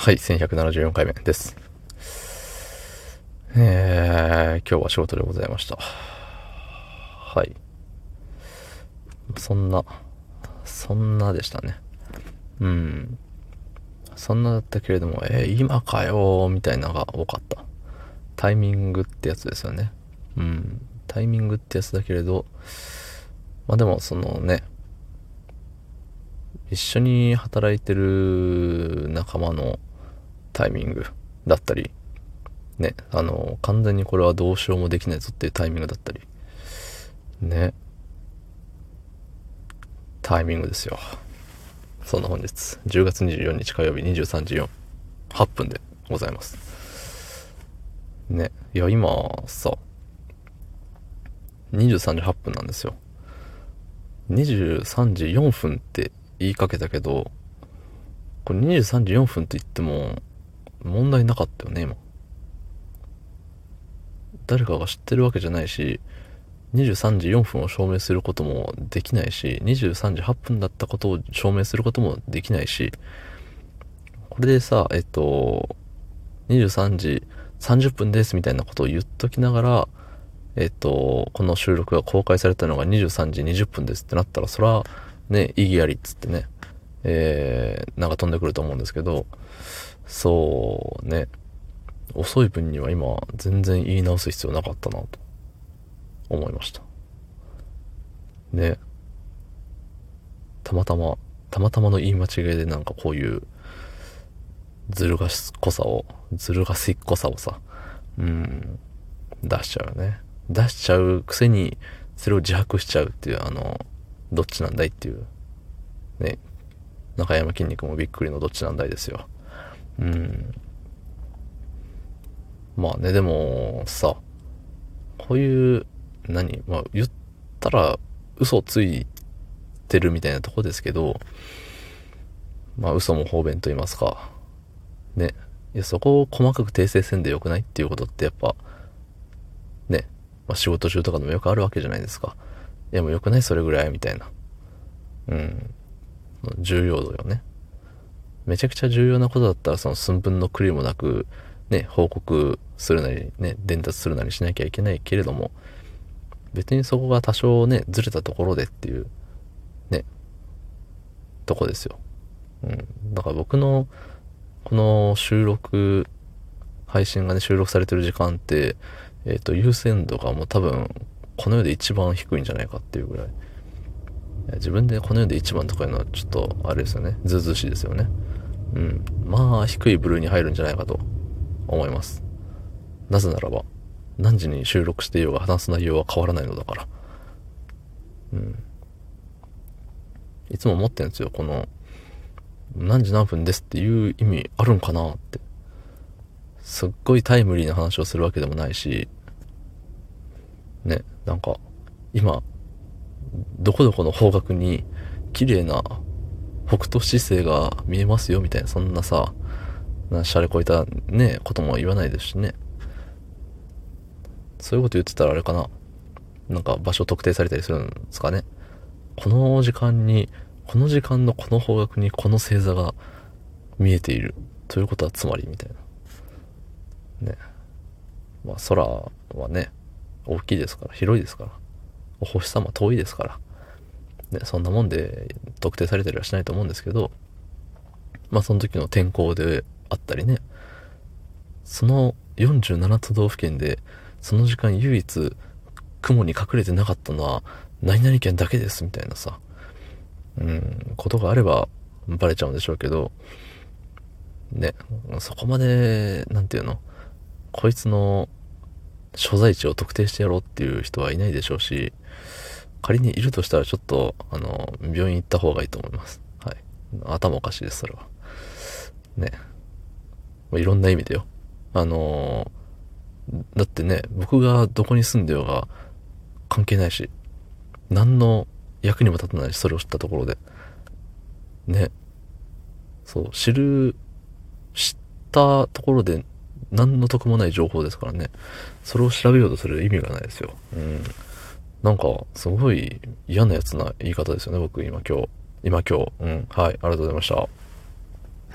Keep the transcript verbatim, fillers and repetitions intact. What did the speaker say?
はい、せんひゃくななじゅうよんかいめです。えー、今日は仕事でございました。はい。そんな、そんなでしたね。うん。そんなだったけれども、えー、今かよーみたいなのが多かった。タイミングってやつですよね。うん。タイミングってやつだけれど、まあでもそのね、一緒に働いてる仲間のタイミングだったり、ね、あの、完全にこれはどうしようもできないぞっていうタイミングだったり、ね、タイミングですよ。そんな本日、じゅうがつにじゅうよっか火曜日にじゅうさんじよん、はっぷんでございます。ね、いや今さ、にじゅうさんじはっぷんなんですよ。にじゅうさんじよんぷんって言いかけたけど、これにじゅうさんじよんぷんって言っても問題なかったよね、今。誰かが知ってるわけじゃないし、にじゅうさんじよんぷんを証明することもできないし、にじゅうさんじはっぷんだったことを証明することもできないし、これでさ、えっと、にじゅうさんじさんじゅっぷんですみたいなことを言っときながら、えっと、この収録が公開されたのがにじゅうさんじにじゅっぷんですってなったら、そら、ね、意義ありっつってね、えー、なんか飛んでくると思うんですけど、そうね、遅い分には今、全然言い直す必要なかったなと思いました。ね、たまたま、たまたまの言い間違いでなんかこういうずる賢さこさを、ずる賢っこさをさ、うん、出しちゃうよね。出しちゃうくせに、それを自白しちゃうっていう、あの、どっちなんだいっていう、ね、中山筋肉もびっくりのどっちなんだいですよ。うん。まあね、でも、さ、こういう、何まあ、言ったら、嘘ついてるみたいなとこですけど、まあ、嘘も方便と言いますか。ね。いや、そこを細かく訂正せんでよくないっていうことってやっぱ、ね、まあ、仕事中とかでもよくあるわけじゃないですか。いや、もうよくないそれぐらいみたいな。うん。重要度よね。めちゃくちゃ重要なことだったら、その寸分の狂いもなく、ね、報告するなり、ね、伝達するなりしなきゃいけないけれども、別にそこが多少ね、ずれたところでっていう、ね、とこですよ。うん。だから僕の、この収録、配信がね、収録されてる時間って、えっと、優先度がもう多分、この世で一番低いんじゃないかっていうぐらい。自分でこの世で一番とかいうのはちょっと、あれですよね。ずうずうしいですよね。うん。まあ、低い部類に入るんじゃないかと思います。なぜならば、何時に収録していようが話す内容は変わらないのだから。うん。いつも思ってるんですよ。この、何時何分ですっていう意味あるんかなって。すっごいタイムリーな話をするわけでもないし、ね、なんか、今、どこどこの方角に綺麗な北斗七星が見えますよみたいな、そんなさ、なしゃれこいたね、ことも言わないですしね。そういうこと言ってたらあれかな。なんか場所特定されたりするんですかね。この時間に、この時間のこの方角にこの星座が見えている。ということはつまりみたいな。ね。まあ空はね、大きいですから、広いですから。お星様遠いですから。ね、そんなもんで特定されたりはしないと思うんですけど、まあその時の天候であったりね、そのよんじゅうなな都道府県で、その時間唯一雲に隠れてなかったのは、何々県だけですみたいなさ、うん、ことがあればバレちゃうんでしょうけど、ね、そこまで、なんていうの、こいつの所在地を特定してやろうっていう人はいないでしょうし、仮にいるとしたらちょっと、あの、病院行った方がいいと思います。はい。頭おかしいです、それは。ね。いろんな意味でよ。あのー、だってね、僕がどこに住んでようが関係ないし、何の役にも立たないし、それを知ったところで。ね。そう、知る、知ったところで何の得もない情報ですからね。それを調べようとする意味がないですよ。うん。なんか、すごい嫌なやつな言い方ですよね、僕今今日。今今日。うん。はい、ありがとうございました。